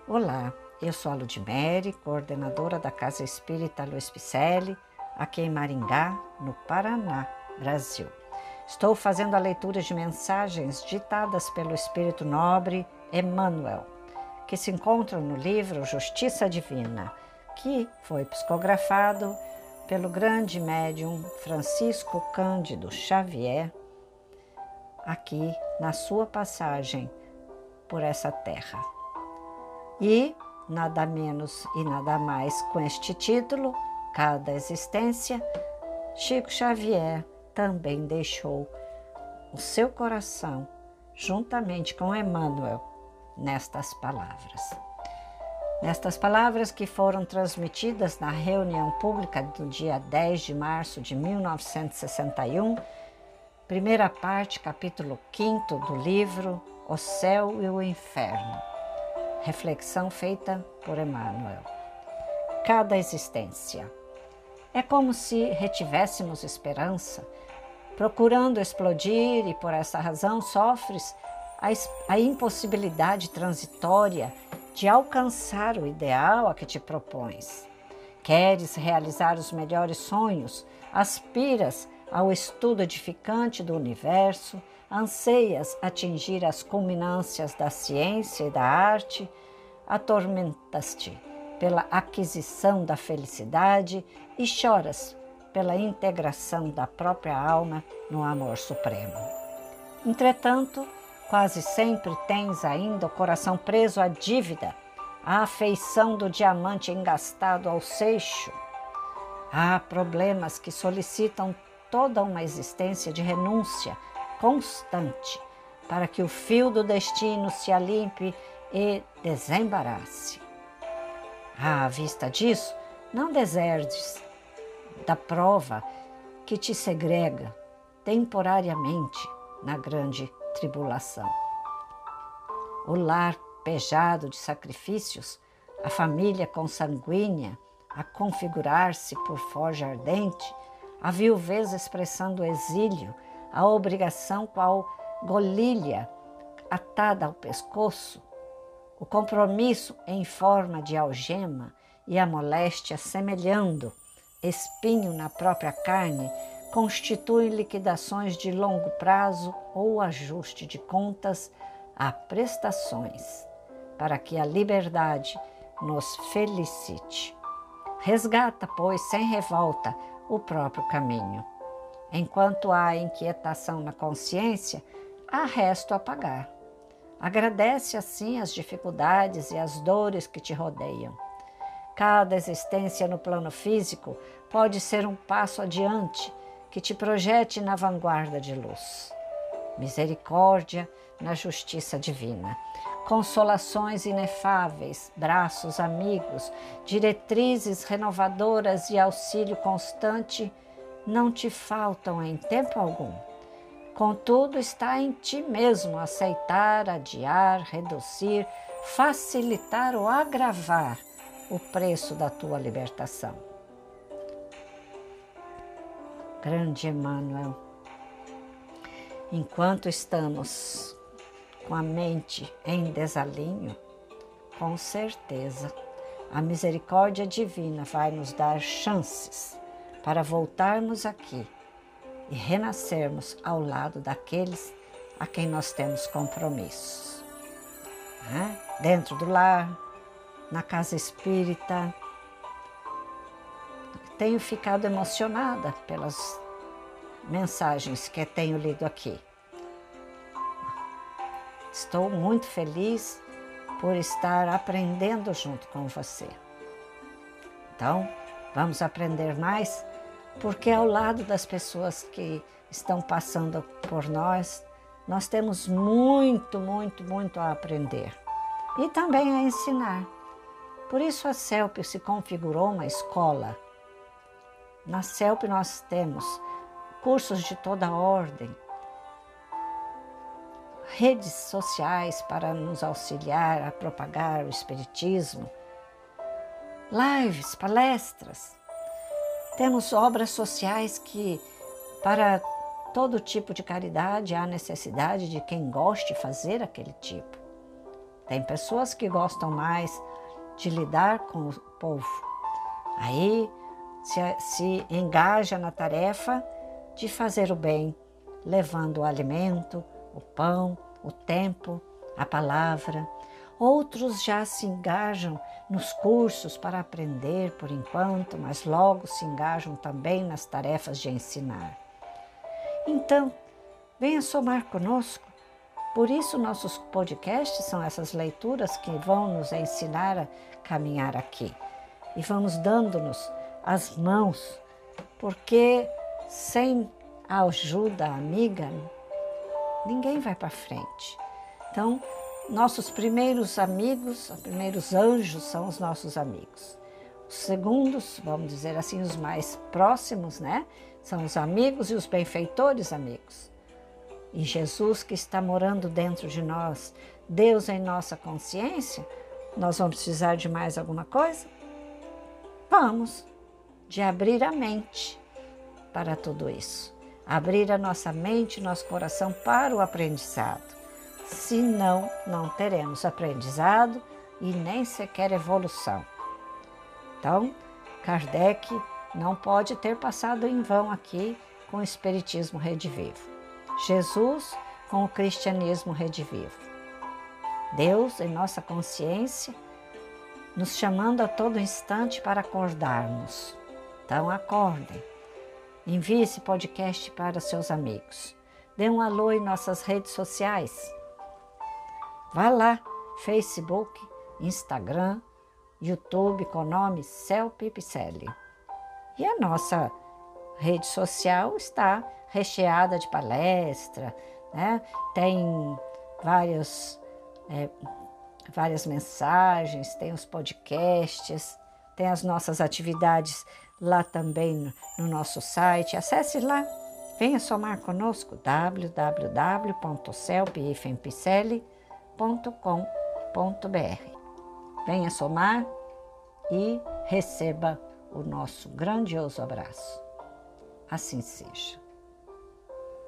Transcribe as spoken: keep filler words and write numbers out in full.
Olá, eu sou a Ludmere, coordenadora da Casa Espírita Luiz Picelli, aqui em Maringá, no Paraná, Brasil. Estou fazendo a leitura de mensagens ditadas pelo Espírito Nobre Emmanuel, que se encontram no livro Justiça Divina, que foi psicografado pelo grande médium Francisco Cândido Xavier, aqui na sua passagem por essa terra. E, nada menos e nada mais com este título, Cada Existência, Chico Xavier também deixou o seu coração, juntamente com Emmanuel, nestas palavras. Nestas palavras que foram transmitidas na reunião pública do dia dez de março de mil novecentos e sessenta e um, primeira parte, capítulo quinto do livro O Céu e o Inferno. Reflexão feita por Emmanuel. Cada existência. É como se retivéssemos esperança, procurando explodir, e por essa razão sofres a, a impossibilidade transitória de alcançar o ideal a que te propões. Queres realizar os melhores sonhos, aspiras ao estudo edificante do universo, anseias atingir as culminâncias da ciência e da arte, atormentas-te pela aquisição da felicidade e choras pela integração da própria alma no amor supremo. Entretanto, quase sempre tens ainda o coração preso à dívida, à afeição do diamante engastado ao seixo. Há problemas que solicitam toda uma existência de renúncia constante para que o fio do destino se alimpe e desembarace. À vista disso, não deserdes da prova que te segrega temporariamente na grande tribulação. O lar pejado de sacrifícios, a família consanguínea a configurar-se por forja ardente, a viuvez expressando o exílio, a obrigação qual golilha atada ao pescoço, o compromisso em forma de algema e a moléstia semelhando espinho na própria carne constituem liquidações de longo prazo ou ajuste de contas a prestações, para que a liberdade nos felicite. Resgata, pois, sem revolta, o próprio caminho. Enquanto há inquietação na consciência, há resto a pagar. Agradece assim as dificuldades e as dores que te rodeiam. Cada existência no plano físico pode ser um passo adiante que te projete na vanguarda de luz. Misericórdia na justiça divina. Consolações inefáveis, braços amigos, diretrizes renovadoras e auxílio constante não te faltam em tempo algum. Contudo, está em ti mesmo aceitar, adiar, reduzir, facilitar ou agravar o preço da tua libertação. Grande Emmanuel, enquanto estamos com a mente em desalinho, com certeza a misericórdia divina vai nos dar chances para voltarmos aqui e renascermos ao lado daqueles a quem nós temos compromissos. Né? Dentro do lar, na casa espírita. Tenho ficado emocionada pelas mensagens que tenho lido aqui. Estou muito feliz por estar aprendendo junto com você. Então, vamos aprender mais, porque ao lado das pessoas que estão passando por nós, nós temos muito, muito, muito a aprender e também a ensinar. Por isso a CELP se configurou uma escola. Na CELP nós temos cursos de toda ordem, redes sociais para nos auxiliar a propagar o espiritismo, lives, palestras. Temos obras sociais que, para todo tipo de caridade, há necessidade de quem goste de fazer aquele tipo. Tem pessoas que gostam mais de lidar com o povo. Aí se, se engaja na tarefa de fazer o bem, levando o alimento, o pão, o tempo, a palavra. Outros já se engajam nos cursos para aprender por enquanto, mas logo se engajam também nas tarefas de ensinar. Então, venha somar conosco. Por isso, nossos podcasts são essas leituras que vão nos ensinar a caminhar aqui. E vamos dando-nos as mãos, porque sem a ajuda amiga, ninguém vai para frente. Então, nossos primeiros amigos, os primeiros anjos são os nossos amigos. Os segundos, vamos dizer assim, os mais próximos, né? São os amigos e os benfeitores amigos. E Jesus que está morando dentro de nós, Deus em nossa consciência, nós vamos precisar de mais alguma coisa? Vamos, de abrir a mente para tudo isso. Abrir a nossa mente, nosso coração para o aprendizado. Senão, não teremos aprendizado e nem sequer evolução. Então, Kardec não pode ter passado em vão aqui com o Espiritismo Redivivo. Jesus com o Cristianismo Redivivo. Deus em nossa consciência, nos chamando a todo instante para acordarmos. Então, acordem. Envie esse podcast para seus amigos. Dê um alô em nossas redes sociais. Vá lá, Facebook, Instagram, YouTube com o nome Celpe Picelli. E a nossa rede social está recheada de palestra, né? Tem vários, é, várias mensagens, tem os podcasts, tem as nossas atividades lá também no nosso site. Acesse lá, venha somar conosco, w w w ponto celpe picelli ponto com ponto b r. Venha somar e receba o nosso grandioso abraço. Assim seja.